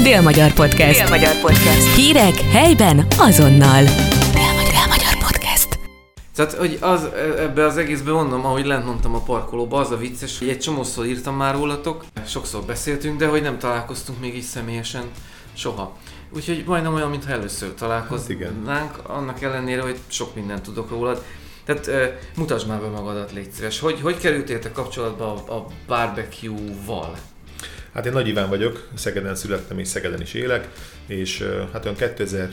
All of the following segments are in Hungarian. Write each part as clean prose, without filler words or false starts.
Dél-Magyar Podcast. Dél-Magyar Podcast. Hírek helyben azonnal. Dél-Magyar Podcast. Tehát, hogy ebbe az egészben mondom, ahogy lent mondtam a parkolóba, az a vicces, hogy egy csomószor írtam már rólatok, sokszor beszéltünk, de hogy nem találkoztunk még így személyesen soha. Úgyhogy majdnem olyan, mintha először találkoznánk, annak ellenére, hogy sok mindent tudok rólad. Tehát mutasd már be magadat, légy szíves. Hogy kerültél kapcsolatba a barbecue-val? Hát én Nagy Iván vagyok, Szegeden születtem és Szegeden is élek, és hát olyan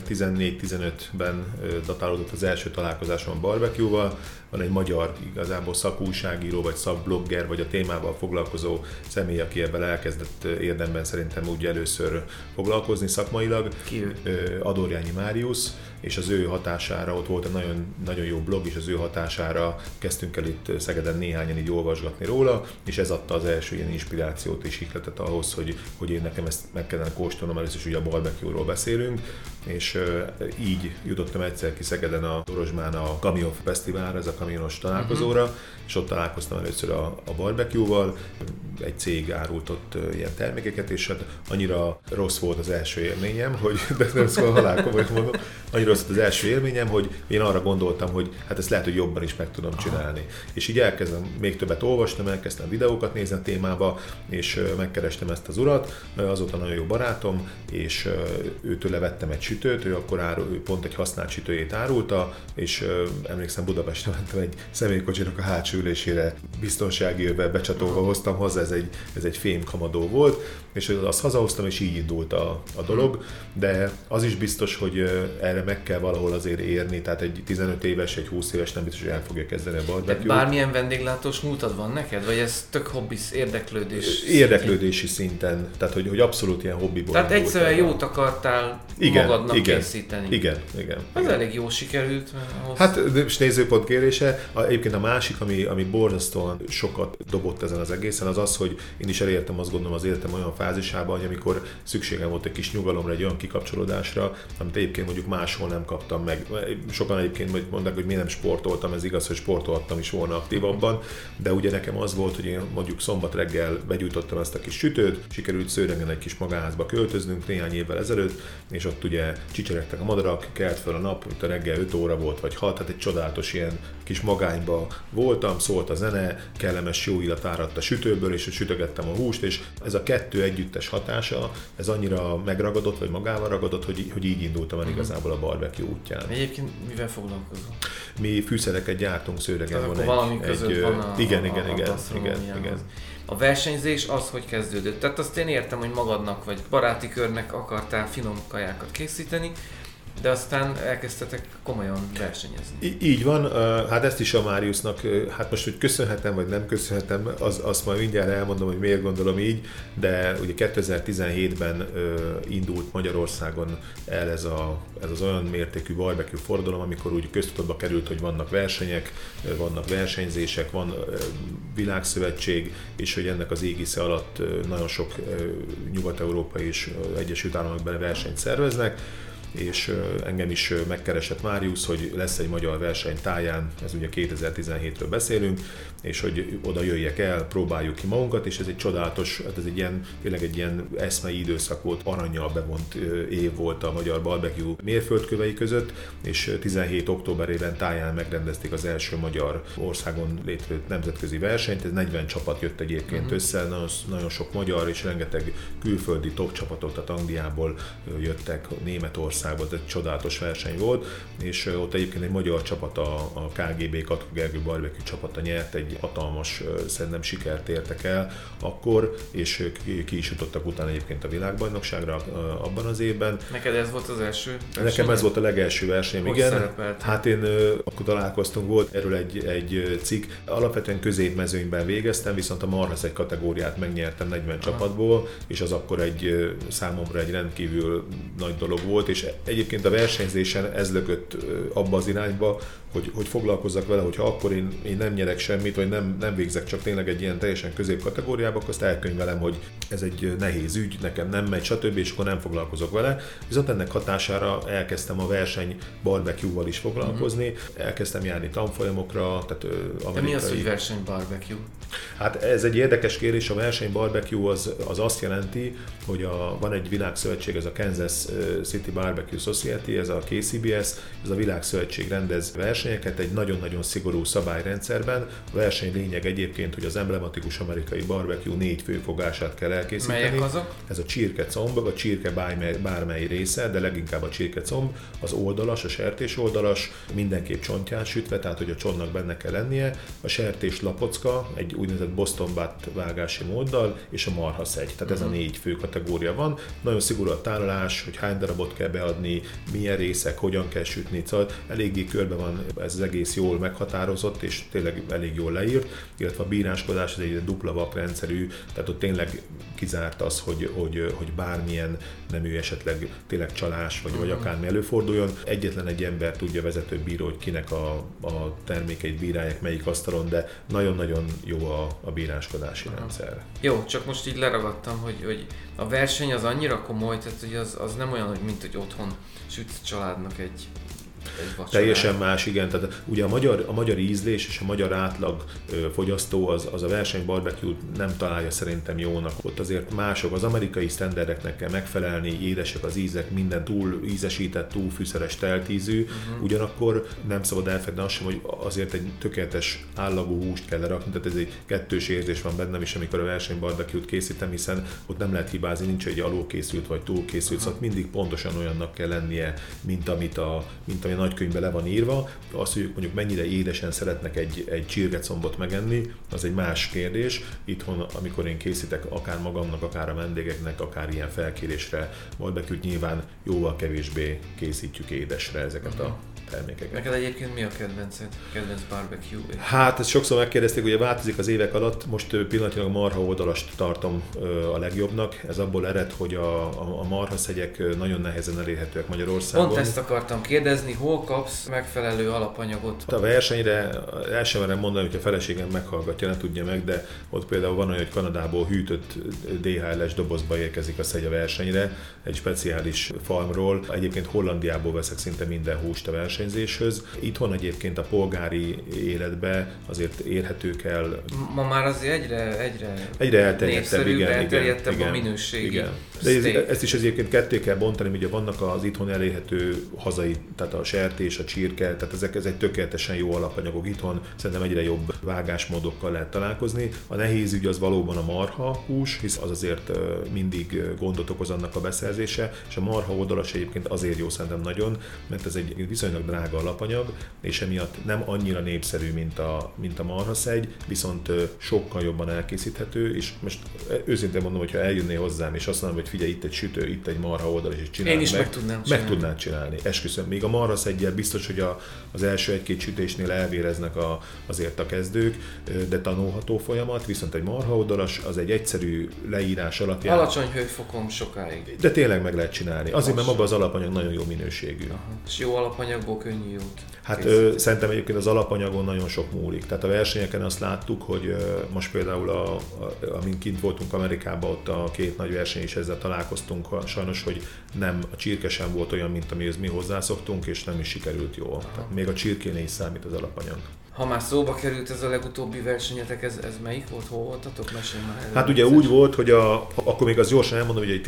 2014-15-ben datálódott az első találkozásom a barbecue-val. Van egy magyar igazából szakújságíró, vagy szakblogger, vagy a témával foglalkozó személy, aki ebben elkezdett érdemben szerintem úgy először foglalkozni szakmailag. Ki ő? Adorjányi Máriusz, és az ő hatására, ott volt egy nagyon, nagyon jó blog, és az ő hatására kezdtünk el itt Szegeden néhányan így olvasgatni róla, és ez adta az első ilyen inspirációt és ihletet ahhoz, hogy én nekem ezt meg kellene kóstolnom, először is ugye a barbecue-ról beszélünk, és így jutottam egyszer ki Szegeden a Orosmán a Kamion Fesztiválra, ez a kamionos találkozóra, és ott találkoztam először a barbecue-val, egy cég árult ott ilyen termékeket, és hát annyira rossz volt az első élményem, hogy, de nem szóval halálkomolyan mondom, annyira rossz volt az első élményem, hogy én arra gondoltam, hogy hát ezt lehet, hogy jobban is meg tudom csinálni. És így elkezdem, még többet olvastam, elkezdtem videókat nézni a témába, és megkerestem ezt az urat, azóta nagyon jó barátom, és őtől vettem egy sütőt, ő akkor pont egy használt sütőjét árulta, és emlékszem Budapesten mentem egy személykocsinak a hátsó ülésére biztonsági övvel becsatolva hoztam hozzá, ez egy fém kamadó volt, és azt hazahoztam, és így indult a dolog, de az is biztos, hogy erre meg kell valahol azért érni, tehát egy 15 éves, egy 20 éves nem biztos, hogy el fogja kezdeni a barbecue-t. Bármilyen vendéglátós múltad van neked, vagy ez tök hobbis, érdeklődés? Érdeklődési szinten, tehát hogy abszolút ilyen hobbiból. Tehát egyszerűen jót akartál magadnak készíteni. Igen. Ez elég jól sikerült. Hát, és nézőpont kérése. Egyébként a másik, ami borzasztóan sokat dobott ezen az egészen, az az, hogy én is elértem, azt gondolom, az életem olyan fázisában, hogy amikor szükségem volt egy kis nyugalomra, egy olyan kikapcsolódásra, amit egyébként mondjuk máshol nem kaptam meg. Sokan egyébként mondták, hogy miért nem sportoltam, ez igaz, hogy sportoltam is volna aktívabban, de ugye nekem az volt, hogy én mondjuk szombat reggel begyújtottam ezt a kis sütőt, sikerült Szőrengen egy kis magánházba költöznünk néhány évvel ezelőtt, és ott ugye csicseregtek a madarak, kelt fel a nap, itt a reggel 5 óra volt, vagy 6, tehát egy csodálatos ilyen kis magányba voltam, szólt a zene, kellemes jó illat áradt a sütőből, és sütögettem a húst, és ez a kettő együttes hatása, ez annyira megragadott, vagy magával ragadott, hogy így indultam el igazából a barbecue útján. Egyébként mivel foglalkozol? Mi fűszereket gyártunk, Szőregen van valami között van igen. A versenyzés az, hogy kezdődött. Tehát azt én értem, hogy magadnak vagy baráti körnek akartál finom kajákat készíteni, de aztán elkezdtetek komolyan versenyezni. Így van, hát ezt is a Máriusznak, hát most, hogy köszönhetem, vagy nem köszönhetem, azt majd mindjárt elmondom, hogy miért gondolom így, de ugye 2017-ben indult Magyarországon el ez az olyan mértékű barbecue forradalom, amikor úgy köztudatba került, hogy vannak versenyek, vannak versenyzések, van világszövetség, és hogy ennek az égisze alatt nagyon sok nyugat-európai és Egyesült Államokban versenyt szerveznek, és engem is megkeresett Máriusz, hogy lesz egy magyar verseny Táján, ez ugye 2017-ről beszélünk, és hogy oda jöjjek el, próbáljuk ki magunkat, és ez egy csodálatos, ez tényleg egy ilyen eszmei időszak volt, arannyal bevont év volt a magyar barbecue mérföldkövei között, és 17 októberében Táján megrendezték az első magyar országon létrejött nemzetközi versenyt, ez 40 csapat jött egyébként össze, nagyon sok magyar és rengeteg külföldi top csapatok, tehát Angliából jöttek, Németországból, ez egy csodálatos verseny volt, és ott egyébként egy magyar csapat, a KGB Katka Gergő barbecue csapata nyert, egy hatalmas, szerintem sikert értek el akkor, és ki is jutottak utána egyébként a világbajnokságra abban az évben. Neked ez volt az első verseny? Nekem ez volt a legelső versenyem, igen. Szerepelt? Hát én akkor találkoztunk, volt erről egy cikk. Alapvetően középmezőnyben végeztem, viszont a marhaszegy kategóriát megnyertem 40 csapatból, és az akkor számomra egy rendkívül nagy dolog volt, és egyébként a versenyzésen ez lökött abba az irányba, hogy foglalkozzak vele, hogyha akkor én nem nyerek semmit, vagy nem végzek csak tényleg egy ilyen teljesen középkategóriába, akkor azt elkönyvelem, hogy ez egy nehéz ügy, nekem nem megy, stb., és akkor nem foglalkozok vele. Viszont ennek hatására elkezdtem a verseny barbecue-val is foglalkozni, elkezdtem járni tanfolyamokra, tehát amerikai... De mi az, hogy verseny barbecue? Hát ez egy érdekes kérdés, a verseny barbecue az azt jelenti, hogy van egy világszövetség, ez a Kansas City Barbecue Society, ez a KCBS, ez a világszövetség rendez versenyeket egy nagyon-nagyon szigorú szabályrendszerben. A verseny lényeg egyébként, hogy az emblematikus amerikai barbecue 4 főfogását kell elkészíteni. Melyek azok? Ez a csirkecomb, a csirke bármely része, de leginkább a csirkecomb, az oldalas, a sertés oldalas, mindenképp csontján sütve, tehát hogy a csontnak benne kell lennie, a sertés lapocka, egy úgynevezett Boston butt vágási móddal, és a marhaszegy. Tehát ez a 4 fő kategória van. Nagyon szigorú a tálalás, hogy hány darabot kell beadni, milyen részek, hogyan kell sütni, szóval eléggé körbe van ez az egész jól meghatározott, és tényleg elég jól leírt, illetve a bíráskodás ez egy dupla vakrendszerű, tehát ott tényleg kizárt az, hogy bármilyen nemű esetleg tényleg csalás, vagy akármi előforduljon. Egyetlen egy ember tudja vezető bíró, hogy kinek a termékeit bírálják, melyik asztalon, de nagyon-nagyon jó a bíráskodási rendszer. Jó, csak most így leragadtam, hogy a verseny az annyira komoly, tehát hogy az nem olyan, mint hogy otthon sütsz a családnak egy vacsorát. Teljesen más, igen. Tehát ugye a magyar ízlés és a magyar átlag fogyasztó az a verseny barbecue nem találja szerintem jónak. Ott azért mások, az amerikai sztenderdeknek kell megfelelni, édesek az ízek, minden túl ízesített, túl fűszeres, teltízű. Ugyanakkor nem szabad elfedni azt sem, hogy azért egy tökéletes állagú húst kell lerakni, tehát ez egy kettős érzés van bennem is, amikor a verseny barbecue-t készítem, hiszen ott nem lehet hibázni, nincs egy alulkészült vagy túlkészült, szóval mindig pontosan olyannak kell lennie, mint ami a nagykönyvben le van írva. Azt, hogy mondjuk mennyire édesen szeretnek egy csirkecombot megenni, az egy más kérdés. Itthon, amikor én készítek akár magamnak, akár a vendégeknek, akár ilyen felkérésre barbecue-t, nyilván jóval kevésbé készítjük édesre ezeket a termékeket. Neked egyébként mi a kedvenc barbecue? Hát ezt sokszor megkérdezték, ugye változik az évek alatt, most pillanatilag a marha oldalast tartom a legjobbnak. Ez abból ered, hogy a marhaszegyek nagyon nehezen elérhetőek Magyarországon. Pont ezt akartam kérdezni, hol kapsz megfelelő alapanyagot? A versenyre el sem merem mondani, hogy a feleségem meghallgatja, ne tudja meg, de ott például van olyan, hogy Kanadából hűtött DHL-es dobozba érkezik a szegy a versenyre, egy speciális farmról. Egyébként Hollandiából veszek szinte minden húst a versenyzéshöz. Itthon egyébként a polgári életbe azért érhetők el. Ma már azért egyre elterjedtebb, igen, a minőségi. Igen. De ezt is egyébként ketté kell bontani, ugye vannak az itthon elérhető hazai, tehát a sertés, a csirke, tehát ez egy tökéletesen jó alapanyagok itthon, szerintem egyre jobb vágásmódokkal lehet találkozni. A nehéz ügy az valóban a marha hús, hisz az azért mindig gondot okoz annak a beszerzése, és a marha oldalas egyébként azért jó szerintem nagyon, mert ez egy viszonylag drága alapanyag, és emiatt nem annyira népszerű, mint a marhaszegy, viszont sokkal jobban elkészíthető, és most őszintén mondom, hogy ha eljönné hozzám, és azt mondom, hogy figyelj, itt egy sütő, itt egy marha oldal, és csinálni. Én is meg tudnád csinálni. Esküszöm. Még a marhaszeggyel biztos, hogy az első 1-2 sütésnél elvéreznek azért a kezdők, de tanulható folyamat, viszont egy marha oldalas az egy egyszerű leírás alapján. Alacsony hőfokon sokáig. De tényleg meg lehet csinálni. Azért, mert maga az alapanyag nagyon jó minőségű. Aha. És jó alapanyagból könnyű jót. Hát szerintem egyébként az alapanyagon nagyon sok múlik. Tehát a versenyeken azt láttuk, hogy most például amint kint voltunk Amerikában, ott a 2 nagy verseny is ezzel találkoztunk, sajnos, hogy nem, a csirke sem volt olyan, mint amihez mi hozzászoktunk, és nem is sikerült jól. Tehát még a csirkénél is számít az alapanyag. Ha már szóba került ez a legutóbbi versenyetek, ez melyik volt? Hol voltatok? Mesélj már erről. Hát ugye úgy volt, hogy akkor még az gyorsan elmondom, hogy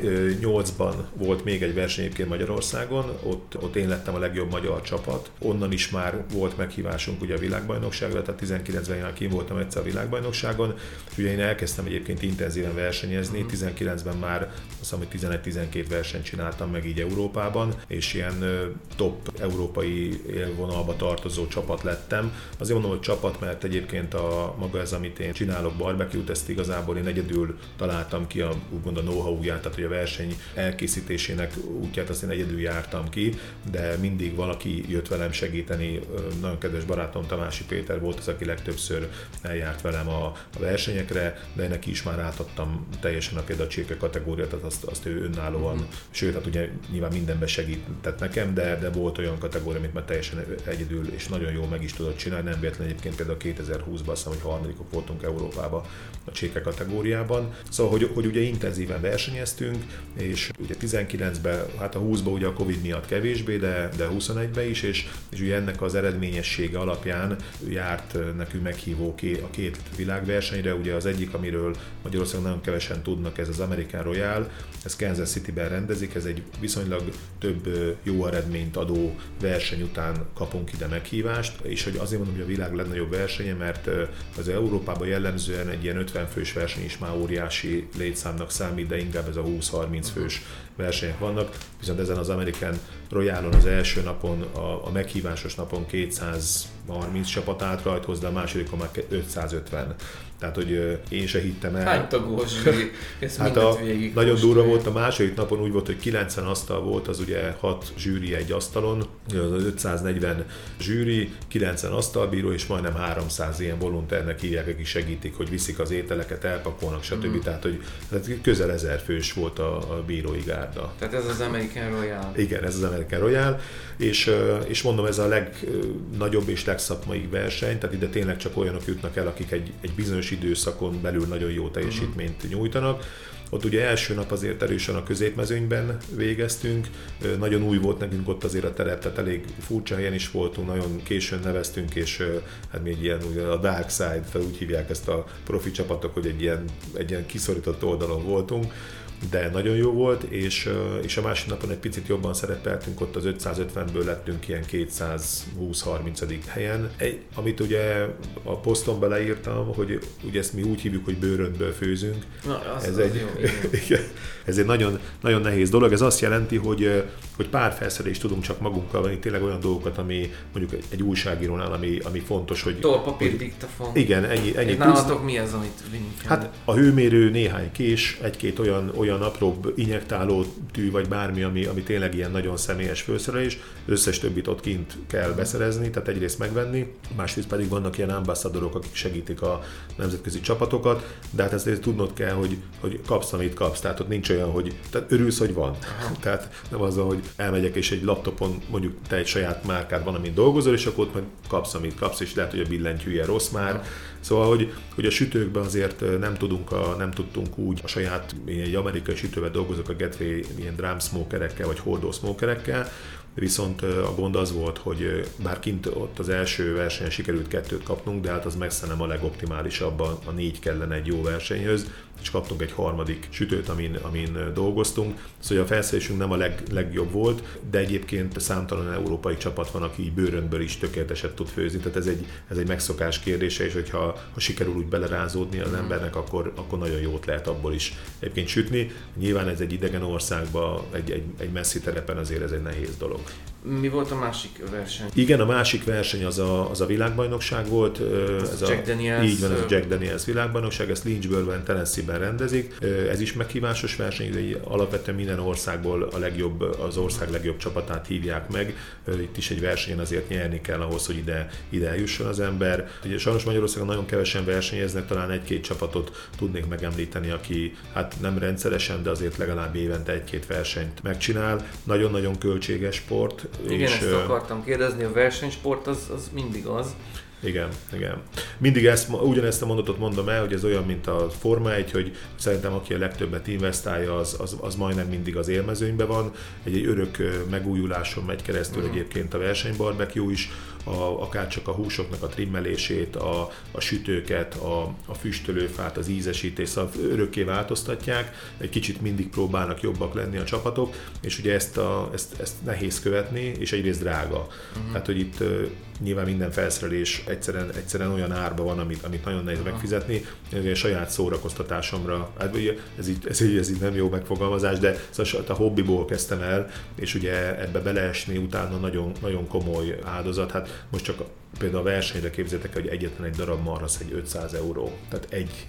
18-ban volt még egy verseny egyébként Magyarországon, ott én lettem a legjobb magyar csapat. Onnan is már volt meghívásunk ugye a világbajnokságra, tehát 19-ben én kint voltam egyszer a világbajnokságon, és ugye én elkezdtem egyébként intenzíven versenyezni, 19-ben már azt hiszem, hogy 11-12 versenyt csináltam meg így Európában, és ilyen top európai élvonalba tartozó csapat lettem. mondanám. Azért mondom, hogy csapat, mert egyébként maga ez, amit én csinálok, barbecue-t, ezt igazából én egyedül találtam ki úgymond a know-how-ját, tehát hogy a verseny elkészítésének útját azt én egyedül jártam ki, de mindig valaki jött velem segíteni. Nagyon kedves barátom Tamási Péter volt az, aki legtöbbször eljárt velem a versenyekre, de neki is már átadtam teljesen például a cséke kategóriát, tehát azt ő önállóan, sőt, hát ugye nyilván mindenben segített nekem, de volt olyan kategória, amit már teljesen egyedül és nagyon jól meg is tudott csinálni, nem véletlen egyébként például 2020-ban azt hiszem, hogy harmadikok voltunk Európában a cséke kategóriában. Szóval, hogy ugye intenzíven versenyeztünk, és ugye 19-ben, hát a 20-ban ugye a Covid miatt kevésbé, de 21-ben is, és ugye ennek az eredményessége alapján járt nekünk meghívó a két világversenyre, ugye az egyik, amiről Magyarországon nagyon kevesen tudnak, ez az American Royale, ez Kansas Cityben rendezik, ez egy viszonylag több jó eredményt adó verseny után kapunk ide meghívást, és hogy azért mondom, hogy a világ legnagyobb versenye, mert az Európában jellemzően egy ilyen 50 fős verseny is már óriási létszámnak számít, de inkább ez a 20-30 fős versenyek vannak, viszont ezen az American Royale-on az első napon, a meghívásos napon 230 csapat állt rajthoz, de a másodikon már 550. Tehát, hogy én se hittem el. Hány tagos zsűri? Hát nagyon durva volt, a második napon úgy volt, hogy 90 asztal volt, az ugye 6 zsűri egy asztalon, az 540 zsűri, 90 asztalbíró, és majdnem 300 ilyen volunternek hívják, akik segítik, hogy viszik az ételeket, elpakolnak, stb. Tehát, hogy közel 1000 fős volt a bírói gárda. Tehát ez az American Royale. Igen, ez az American Royale, és mondom, ez a legnagyobb és legszakmai verseny, tehát ide tényleg csak olyanok jutnak el, akik egy bizonyos időszakon belül nagyon jó teljesítményt nyújtanak. Ott ugye első nap azért erősen a középmezőnyben végeztünk, nagyon új volt nekünk ott azért a terep, tehát elég furcsa helyen is voltunk, nagyon későn neveztünk, és hát még ilyen a dark side, tehát úgy hívják ezt a profi csapatok, hogy egy ilyen kiszorított oldalon voltunk, de nagyon jó volt, és a másik napon egy picit jobban szerepeltünk, ott az 550-ből lettünk ilyen 220-30. helyen. Amit ugye a poszton beleírtam, hogy ugye ezt mi úgy hívjuk, hogy bőröntből főzünk. Na, ez egy nagyon, nagyon nehéz dolog. Ez azt jelenti, hogy párfelszerelést tudunk csak magunkkal venni, tényleg olyan dolgokat, ami mondjuk egy újságírónál, ami fontos, hogy... Tollpapír, diktafon. Igen, ennyi. Nálatok mi az, amit vinni kell? Hát a hőmérő, néhány kés, egy-két olyan apróbb injektáló tű, vagy bármi, ami tényleg ilyen nagyon személyes felszerelés, összes többit ott kint kell beszerezni, tehát egyrészt megvenni, másrészt pedig vannak ilyen ambassadorok, akik segítik a nemzetközi csapatokat, de hát ezt tudnod kell, hogy kapsz, amit kapsz, tehát ott nincs olyan, hogy tehát örülsz, hogy van. Tehát nem az, hogy elmegyek és egy laptopon mondjuk te egy saját márkád van, amit dolgozol, és akkor ott meg kapsz, amit kapsz, és lehet, hogy a billentyűje rossz már. Szóval, hogy a sütőkben azért nem tudtunk úgy a saját, egy amerikai sütővel dolgozok a Gateway ilyen drum smokerekkel, vagy hordó smokerekkel, viszont a gond az volt, hogy bár kint ott az első versenyen sikerült 2 kapnunk, de hát az messze nem a legoptimálisabb, a 4 kellene egy jó versenyhöz, és kaptunk egy harmadik sütőt, amin dolgoztunk. Szóval a felszerelésünk nem a legjobb volt, de egyébként számtalan európai csapat van, aki bőröntből is tökéleteset tud főzni, tehát ez egy megszokás kérdése, és hogyha sikerül úgy belerázódni az embernek, akkor nagyon jót lehet abból is egyébként sütni. Nyilván ez egy idegen országban, egy messzi terepen azért ez egy nehéz dolog. Mi volt a másik verseny? Igen, a másik verseny az a világbajnokság volt. Ez Jack Daniels. Így van, ez a Jack Daniels világbajnokság, ezt Lynchburgben, Tennessee-ben rendezik. Ez is meghívásos verseny, alapvetően minden országból az ország legjobb csapatát hívják meg. Itt is egy versenyen azért nyerni kell ahhoz, hogy ide eljusson az ember. Ugye sajnos Magyarországon nagyon kevesen versenyeznek, talán 1-2 csapatot tudnék megemlíteni, aki hát nem rendszeresen, de azért legalább évente 1-2 versenyt megcsinál. Nagyon-nagyon költséges sport. Igen, és ezt akartam kérdezni, a versenysport az mindig az. Igen. Mindig ugyanezt a mondatot mondom el, hogy ez olyan, mint a Forma 1, hogy szerintem aki a legtöbbet investálja, az majdnem mindig az élmezőnyben van. Egy örök megújuláson megy keresztül egyébként a versenybarbecue is, akár csak a húsoknak a trimmelését, a sütőket, a füstölőfát, az ízesítést, szóval örökké változtatják, egy kicsit mindig próbálnak jobbak lenni a csapatok, és ugye ezt nehéz követni, és egyrészt drága. Tehát, hogy itt nyilván minden felszerelés egyszerűen olyan árba van, amit nagyon nehéz megfizetni. Én a saját szórakoztatásomra, hát ez így nem jó megfogalmazás, de szóval a hobbiból kezdtem el, és ugye ebbe beleesni utána nagyon, nagyon komoly áldozat. Hát most csak például a versenyre képzeljétek, hogy egyetlen egy darab marhaszegy 500 euró. Tehát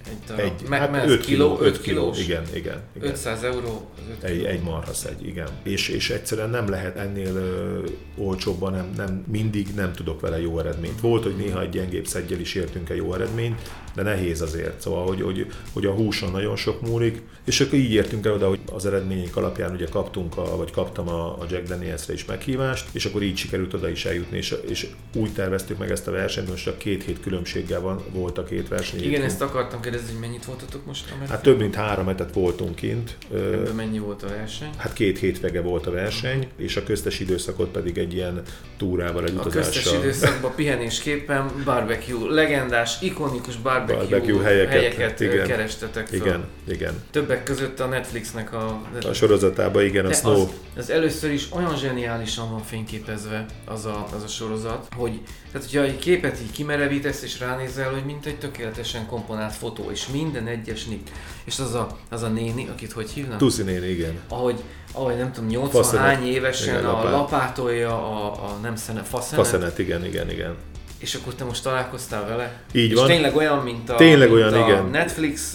hát 5 kiló. Igen. 500 euró. Egy marhaszegy, igen. És egyszerűen nem lehet ennél olcsóbban, mindig nem tudok vele jó eredményt. Volt, hogy néha egy gyengébb szeggyel is értünk egy jó eredményt, de nehéz azért. Szóval, hogy a húson nagyon sok múlik. És akkor így értünk el oda, hogy az eredmények alapján ugye kaptam a Jack Danielsre is meghívást, és akkor így sikerült oda is eljutni, és úgy terveztük meg ezt a versenyt, most csak 2 hét különbséggel volt a két verseny. Igen, ezt akartam kérdezni, hogy mennyit voltatok most? Hát több mint 3 hetet voltunk kint. Ebben mennyi volt a verseny? Hát 2 hétvége volt a verseny, és a köztes időszakot pedig egy ilyen túrával, egy utazással. A köztes időszakban pihenésképpen barbecue, legendás, ikonikus barbecue helyeket kerestetek fel. Igen. Többek között a Netflixnek a sorozatában, igen, a Snow. Az először is olyan zseniálisan van fényképezve az a sorozat, hogy tehát, hogyha egy képet így kimerevítesz és ránézel, hogy mint egy tökéletesen komponált fotó, és minden egyes nick. És az a néni, akit hogy hívnak? Tuszi néni, igen. Ahogy nem tudom, 80 hány évesen igen, a lapátolja a nem szenet, faszenet. Faszenet, igen. És akkor te most találkoztál vele? Így és van. Tényleg olyan, mint a igen. Netflix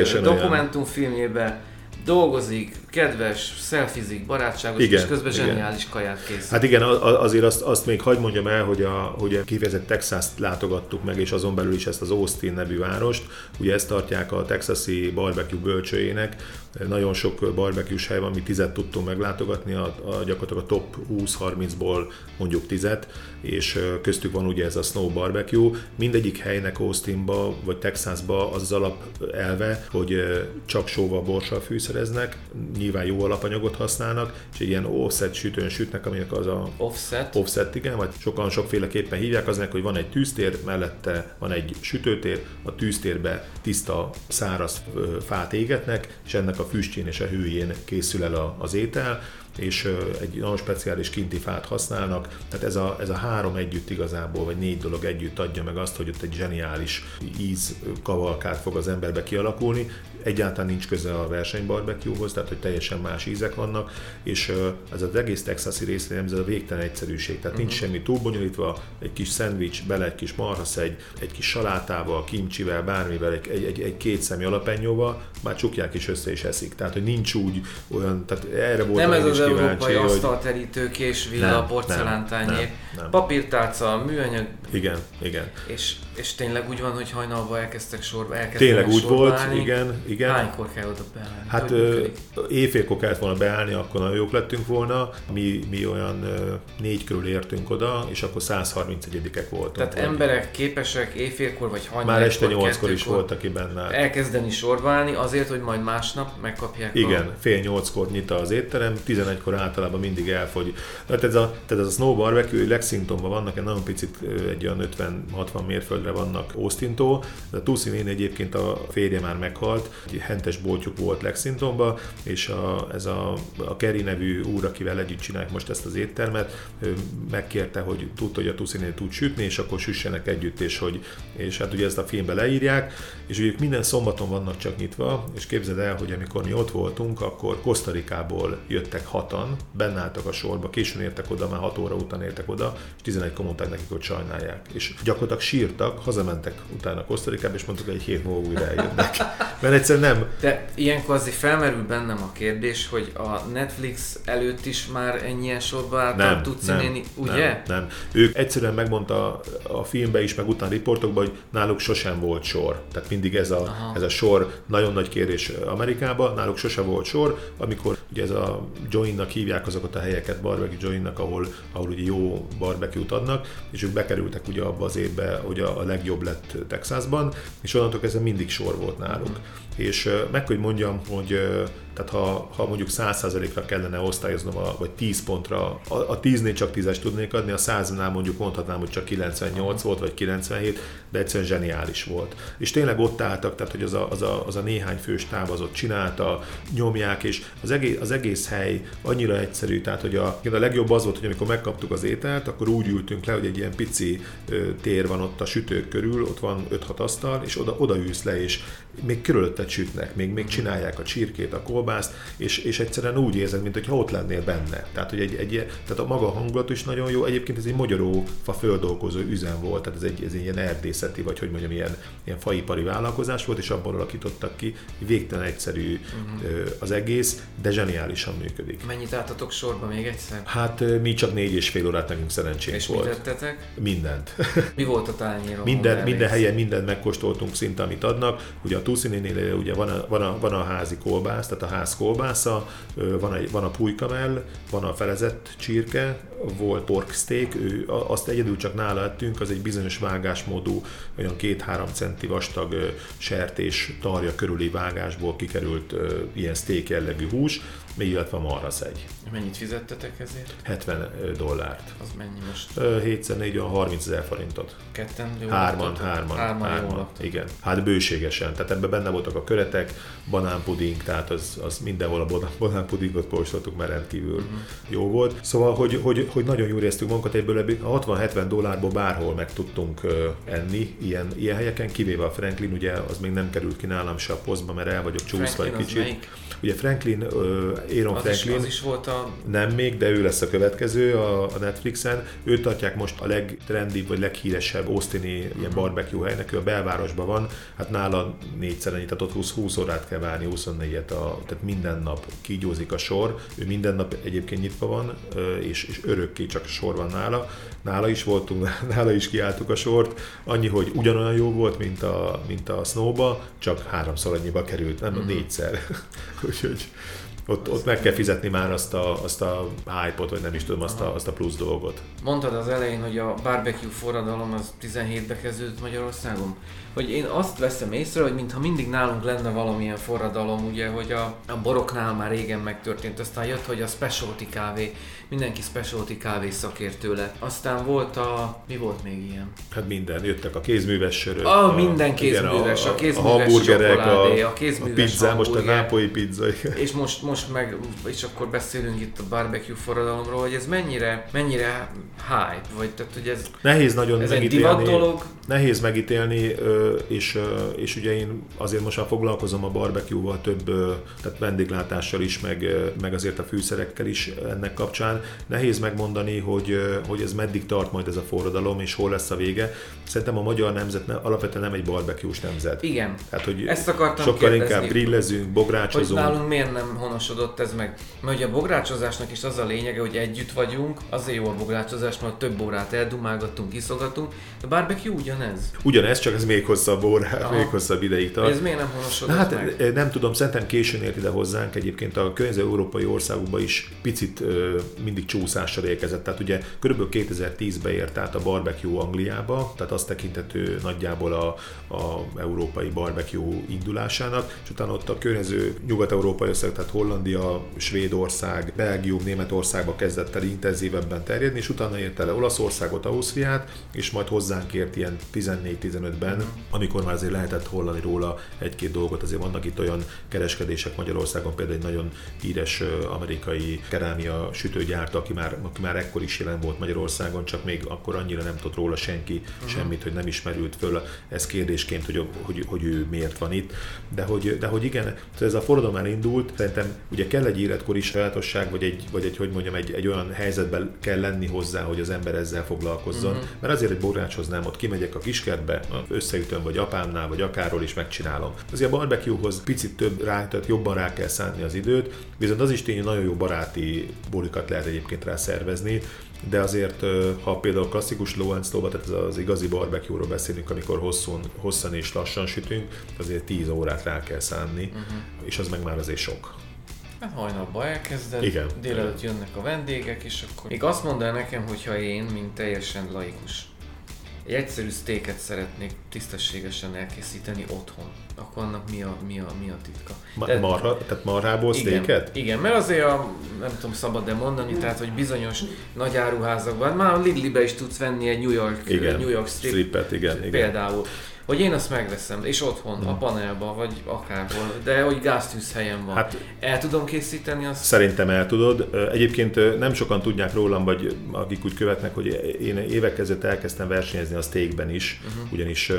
dokumentumfilmjében dolgozik, kedves, szelfizik, barátságos, és közben zseniális kaját készít. Hát igen, azért azt még hagyd mondjam el, hogy kifejezett Texast látogattuk meg, és azon belül is ezt az Austin nevű várost. Ugye ezt tartják a texasi barbecue bölcsőjének. Nagyon sok barbecue-s hely van, mi 10 tudtunk meglátogatni, gyakorlatilag a top 20-30-ból mondjuk 10, és köztük van ugye ez a Snow Barbecue. Mindegyik helynek Austinba vagy Texasba az alapelve, hogy csak sóval, borssal fűszereznek, nyilván jó alapanyagot használnak, és egy ilyen offset sütőn sütnek, aminek az a offset, igen, vagy sokan sokféleképpen hívják, aznak, hogy van egy tűztér, mellette van egy sütőtér, a tűztérbe tiszta, száraz fát égetnek, és ennek a füstjén és a hőjén készül el az étel, és egy nagyon speciális kinti fát használnak, tehát ez a 3 együtt igazából, vagy 4 dolog együtt adja meg azt, hogy ott egy zseniális ízkavalkát fog az emberbe kialakulni. Egyáltalán nincs köze a versenybarbecue-hoz, tehát hogy teljesen más ízek vannak, és ez az egész texasi részén ez a végtelen egyszerűség, tehát nincs semmi túlbonyolítva, egy kis szendvics, bele egy kis marhaszegy, egy kis salátával, kimcsivel, bármivel, egy 2 szemi alapennyóval, már csukják is össze és eszik, tehát hogy nincs úgy olyan, tehát erre volt nem ez az európai asztalterítők és villa porcelántányér, papírtálca, műanyag. Igen. És tényleg úgy van, hogy hajnalban elkezdtek sorba tényleg úgy volt, állni. Igen. Hánykor kell oda beállni? Hát éjfélkor kellett volna beállni, akkor nagyon jók lettünk volna. Mi olyan 4 körül értünk oda, és akkor 131-ek voltunk. Tehát emberek képesek éjfélkor vagy hajnal már este 8-kor is volt, aki benne állt. Elkezdeni sorba állni azért, hogy majd másnap megkapják. Igen, fél 8-kor nyit az étterem, 11-kor általában mindig elfogy. Tehát ez a Snow Barbecue, Lexingtonban vannak, egy nagyon picit, egy olyan 50-60 mérföldre vannak Austintól, de a Tuszi néni egyébként a férje már meghalt, egy hentes boltjuk volt Lexingtonban, és ez a Kerry nevű úr, akivel együtt csinálják most ezt az éttermet, megkérte, hogy tudta, hogy a Tuszi néni tud sütni, és akkor süssenek együtt, és hát ugye ezt a filmbe leírják, és ugye minden szombaton vannak csak nyitva, és képzeld el, hogy amikor mi ott voltunk, akkor Costa Ricából jöttek 6-an, benne álltak a sorba, későn értek oda, már 6 óra után értek oda, és 11-kor mondták nekik, hogy sajnálják. És gyakorlatilag sírtak, hazamentek utána Costa Ricába, és mondtuk, hogy egy hét múlva újra eljönnek. Mert egyszerűen nem. De ilyenkor azért felmerül bennem a kérdés, hogy a Netflix előtt is már ennyien sorba álltak Tuci néni, ugye? Nem. Ők egyszerűen megmondta a filmben is, meg utána riportokban, hogy náluk sosem volt sor. Tehát mindig ez a sor, nagyon nagy kérés Amerikában, náluk sosem volt sor, amikor ugye ez a joinnak hívják azokat a helyeket, barbecue joinnak, ahol ugye jó barbecue-t adnak, és ők bekerültek ugye abba az évbe, hogy a legjobb lett Texasban, és onnantól kezdve mindig sor volt náluk. És meg hogy mondjam, hogy tehát ha mondjuk 100%-ra kellene osztályoznom, vagy 10 pontra, a 10-nél csak 10-es tudnék adni, a 100-nál mondjuk mondhatnám, hogy csak 98 volt, vagy 97, de egyszerűen zseniális volt. És tényleg ott álltak, tehát hogy az a néhány fős táv az ott csinálta, nyomják, és az egész hely annyira egyszerű, tehát hogy a legjobb az volt, hogy amikor megkaptuk az ételt, akkor úgy ültünk le, hogy egy ilyen pici tér van ott a sütők körül, ott van 5-6 asztal, és oda ülsz le, és még körülötted sütnek, még csinálják a csirkét, a kolbászt, kolbászt, és egyszerűen úgy érzed, mintha ott lennél benne. Tehát, hogy tehát a maga hangulat is nagyon jó. Egyébként ez egy magyarófa földolgozó üzem volt, tehát ez egy ilyen erdészeti, vagy hogy mondjam, ilyen faipari vállalkozás volt, és abból alakítottak ki, végtelen egyszerű az egész, de zseniálisan működik. Mennyit álltatok sorba még egyszer? Hát mi csak 4,5 órát nekünk szerencsénk volt. És mit tettetek? Mindent. Mi volt a tányéron? Minden helyen mindent megkóstoltunk szinte, amit adnak. Ugye a Tuszinénél ugye van a házi kolbász, tehát a ház kolbásza, van a pulykamell, van a felezett csirke, volt pork steak, azt egyedül csak nála ettünk, az egy bizonyos vágásmódú, olyan 2-3 centi vastag sertés tarja körüli vágásból kikerült ilyen steak jellegű hús, illetve a marhaszegy. Mennyit fizettetek ezért? $70. Az mennyi most? 7x4 olyan 30 000 forintot. Ketten? Hárman. Igen. Hát bőségesen. Tehát ebben benne voltak a köretek, banánpuding, tehát az mindenhol a banánpudingot kóstoltuk, mert rendkívül jó volt. Szóval, hogy nagyon jól éreztük magunkat, ebből a $60-70 bárhol meg tudtunk enni ilyen helyeken, kivéve a Franklin, ugye az még nem került ki nálam se a posztba, mert el vagyok csúszva egy kicsit. Ugye Franklin, Aaron Franklin, az is volt a... Nem még, de ő lesz a következő a Netflixen. Őt tartják most a legtrendibb vagy leghíresebb austini ilyen barbecue helynek, ő a belvárosban van, hát nála 4-szer ennyit, tehát ott 20 órát kell várni, 24-et, tehát minden nap kígyózik a sor, ő minden nap egyébként nyitva van, és örökké csak a sor van nála. Nála is voltunk, nála is kiálltuk a sort, annyi, hogy ugyanolyan jó volt, mint a Snowba, csak 3-szor annyiba került, nem 4-szer. Úgyhogy ott meg kell fizetni már azt a hype-ot, vagy nem is tudom, azt a plusz dolgot. Mondtad az elején, hogy a barbecue forradalom az 17-be kezdődött Magyarországon? Hogy én azt veszem észre, hogy mintha mindig nálunk lenne valamilyen forradalom, ugye, hogy a boroknál már régen megtörtént, aztán jött, hogy a specialty kávé, mindenki specialty kávé szakértő lett. Aztán volt mi volt még ilyen? Hát minden, jöttek a kézműves sörök. Minden kézműves, a kézműves hamburgerek, csokoládé, a kézműves pizza, hamburger. most a nápolyi pizza. És most meg, és akkor beszélünk itt a barbecue forradalomról, hogy ez mennyire hype, vagy tehát, hogy ez nehéz nagyon ez megítélni. Egy divat dolog. Nehéz megítélni, és ugye én azért most már foglalkozom a barbecue-val több, tehát vendéglátással is, meg azért a fűszerekkel is ennek kapcsán. Nehéz megmondani, hogy ez meddig tart majd ez a forradalom, és hol lesz a vége. Szerintem a magyar nemzet alapvetően nem egy barbecue-s nemzet. Igen. Tehát, hogy ezt akartam sokkal kérdezni, inkább grillezünk, bográcsozunk. Hogy nálunk miért nem honosodott ez meg? Mert ugye a bográcsozásnak is az a lényege, hogy együtt vagyunk, azért jó a bográcsozás, mert több órát eldumálgatunk, iszogatunk, de barbecue ugyanez. Ugyanez, csak ez még hosszabb órát, még hosszabb ideig tart. Ez miért nem honosodott meg? Nem tudom, szerintem későn ért ide hozzánk, egyébként a környező európai országokban is picit mindig csúszással érkezett. Tehát ugye körülbelül 2010-ben ért át a barbecue Angliába, tehát azt tekinthető nagyjából a európai barbecue indulásának, és utána ott a környező nyugat-európai országok, tehát Hollandia, Svédország, Belgium, Németországba kezdett el intenzívebben terjedni, és utána ért el Olaszországot, Ausztriát, és majd hozzánk ért ilyen 14-15-ben, amikor már azért lehetett hallani róla egy-két dolgot. Azért vannak itt olyan kereskedések Magyarországon, például egy nagyon híres amerikai kerámia sütőgyártó, aki már ekkor is jelen volt Magyarországon, csak még akkor annyira nem tudott róla senki semmit, hogy nem ismerült föl ez kérdésként, hogy ő miért van itt. De hogy igen, ez a forradalom elindult, szerintem ugye kell egy életkori sajátosság, vagy egy olyan helyzetben kell lenni hozzá, hogy az ember ezzel foglalkozzon. Mert azért egy bográcshoz nem, ott kimegyek a kiskertbe, összeütöm, vagy apámnál, vagy akárhol is megcsinálom. Azért a barbecue-hoz picit több tehát jobban rá kell szánni az időt, viszont az is tény, nagyon jó baráti bulikat lehet egyébként rá szervezni, de azért, ha például klasszikus low and slow, tehát az igazi barbecue-ról beszélünk, amikor hosszan és lassan sütünk, azért 10 órát rá kell szánni, és az meg már azért sok. Hát hajnalban elkezded, délelőtt jönnek a vendégek, és akkor még azt mondd el nekem, hogyha én, mint teljesen laikus, egy egyszerű sztéket szeretnék tisztességesen elkészíteni otthon, akkor annak mi a titka? Tehát marhából sztéket? Igen, mert azért nem tudom szabad-e mondani, tehát hogy bizonyos nagy áruházakban, már a Lidl-be is tudsz venni egy New York stripet, igen. Például. hogy én azt megveszem, és otthon, a panelban, vagy akárhol, de hogy gáztűz helyen van. Hát, el tudom készíteni azt? Szerintem el tudod. Egyébként nem sokan tudják rólam, vagy akik úgy követnek, hogy én évek ezelőtt elkezdtem versenyezni a steakben is, ugyanis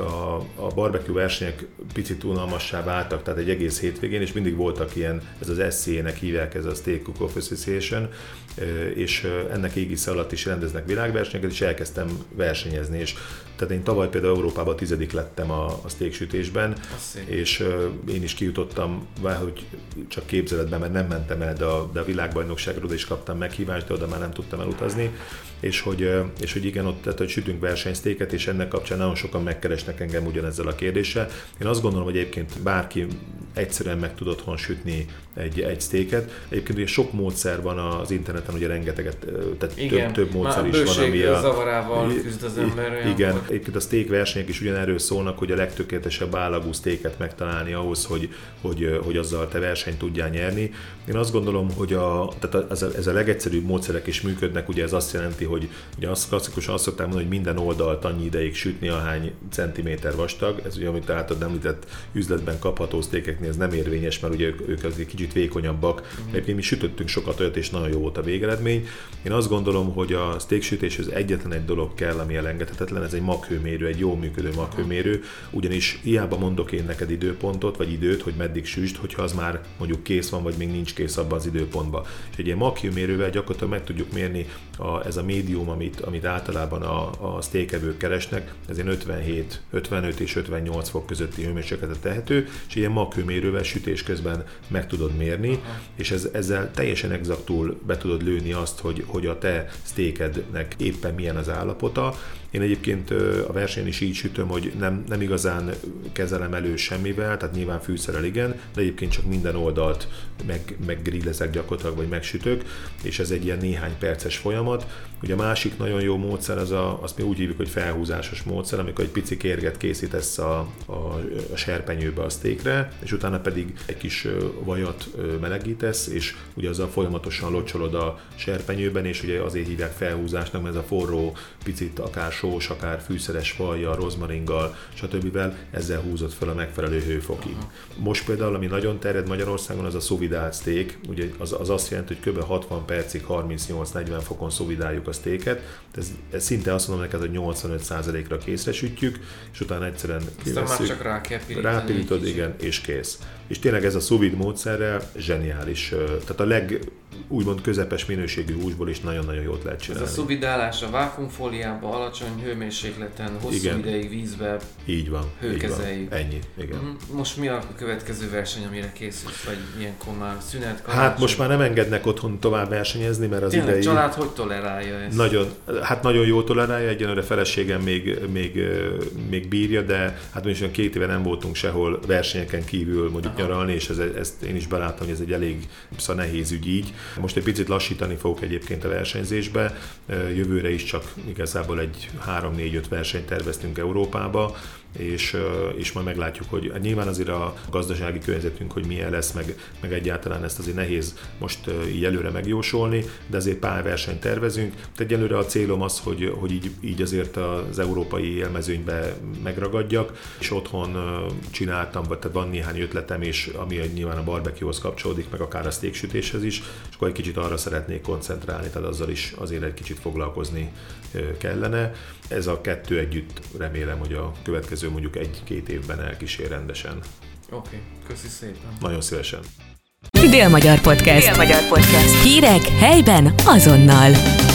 a barbecue versenyek picit unalmassá váltak, tehát egy egész hétvégén, és mindig voltak ilyen, ez az SCA-nek hívják, ez a Steak Cook-Off Association, és ennek égisze alatt is rendeznek világversenyeket, és elkezdtem versenyezni, és tehát én tavaly például Európában 10. lettem a steak sütésben, és én is kijutottam, hogy csak képzeletben, mert nem mentem el, de a világbajnokságra oda is kaptam meghívást, de oda már nem tudtam elutazni, és hogy igen, ott tehát, hogy sütünk versenysztéket, és ennek kapcsán nagyon sokan megkeresnek engem ugyanezzel a kérdéssel. Én azt gondolom, hogy egyébként bárki egyszerűen meg tud otthon sütni egy steaket. Egyébként ugye sok módszer van az interneten, ugye rengeteget, tehát több módszer is van, ami a zavarával küzd az ember. Igen, egyébként a steak versenyek is ugyanerről szólnak, hogy a legtökéletesebb állagú steaket megtalálni ahhoz, hogy azzal te versenyt tudjál nyerni. Én azt gondolom, hogy tehát ez a legegyszerűbb módszerek is működnek, ugye ez azt jelenti, hogy ugye klasszikusan azt szokták mondani, hogy minden oldalt annyi ideig sütni, ahány centiméter vastag. Ez ugye, amit általad említett üzletben kapható steakeknél ez nem érvényes, mert ugye ők azért kicsit vékonyabbak. Egyébként mi sütöttünk sokat olyat, és nagyon jó volt a végeredmény. Én azt gondolom, hogy a steak sütéshez egyetlen egy dolog kell, ami elengedhetetlen, ez egy maghőmérő, egy jól működő maghőmérő, ugyanis hiába mondok én neked időpontot, vagy időt, hogy meddig süsd, hogyha az már mondjuk kész van, vagy még nincs kész abban az időpontban. És egy ilyen maghőmérővel gyakorlatilag meg tudjuk mérni ez a médium, amit általában a steakevők keresnek, ez ilyen 55 és 58 fok közötti hőmérsékletet tehető, és ilyen maghőmérővel sütés közben meg tudod mérni, és ezzel teljesen exaktul be tudod lőni azt, hogy a te steakednek éppen milyen az állapota. Én egyébként a versenyen is így sütöm, hogy nem igazán kezelem elő semmivel, tehát nyilván fűszerrel igen, de egyébként csak minden oldalt meg grillezek gyakorlatilag, vagy megsütök, és ez egy ilyen néhány perces folyamat. Ugye a másik nagyon jó módszer, azt mi úgy hívjuk, hogy felhúzásos módszer, amikor egy pici kérget készítesz a serpenyőbe a steakre, és utána pedig egy kis vajat melegítesz, és ugye azzal folyamatosan locsolod a serpenyőben, és ugye azért hívják felhúzásnak, mert ez a forró, picit akár sós, akár fűszeres vajjal, rozmaringgal, stb. Ezzel húzott fel a megfelelő hőfokig. Most például, ami nagyon terjed Magyarországon, az a szovidált steak, ugye az azt jelenti, hogy kb. 60 percig 38-40 fokon szovidáljuk a steaket, ez szinte azt mondom neked, hogy 85%-ra készre sütjük, és utána egyszerűen már csak rá kell pirítani. Rápirítod, igen, és kész. És tényleg ez a sous vide módszerrel zseniális. Tehát úgymond közepes minőségű húsból is nagyon-nagyon jót lehet csinálni. Ez a szuvidálás a vákuumfóliában, alacsony hőmérsékleten, hosszú ideig vízbe így van, hőkezeljük. Ennyi, igen. Most mi a következő verseny, amire készülsz, vagy ilyenkor már szünet, karácsony? Hát most már nem engednek otthon tovább versenyezni, mert az tényleg, idei... család hogy tolerálja ezt? Nagyon jól tolerálja, egyenlőre feleségem még bírja, de hát mi is olyan 2 éve nem voltunk sehol versenyeken kívül mondjuk nyaralni, és ezt én is belátom, hogy ez egy elég nehéz ügy így. Most egy picit lassítani fogok egyébként a versenyzésbe, jövőre is csak igazából egy 3-4-5 versenyt terveztünk Európába, és majd meglátjuk, hogy nyilván azért a gazdasági környezetünk, hogy milyen lesz, meg egyáltalán ezt azért nehéz most így előre megjósolni, de azért pár versenyt tervezünk. Tehát egyelőre a célom az, hogy így azért az európai élmezőnybe megragadjak, és otthon csináltam, tehát van néhány ötletem, és ami nyilván a barbecue-hoz kapcsolódik, meg akár a steak sütéshez is, és akkor egy kicsit arra szeretnék koncentrálni, tehát azzal is azért egy kicsit foglalkozni kellene. Ez a kettő együtt remélem, hogy a következő mondjuk 1-2 évben elkísér rendesen. Oké, köszi szépen. Nagyon szívesen. Dél-Magyar Podcast. Dél-Magyar Podcast. Hírek helyben azonnal.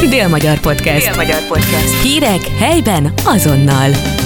Dél-Magyar Podcast. Hírek helyben azonnal.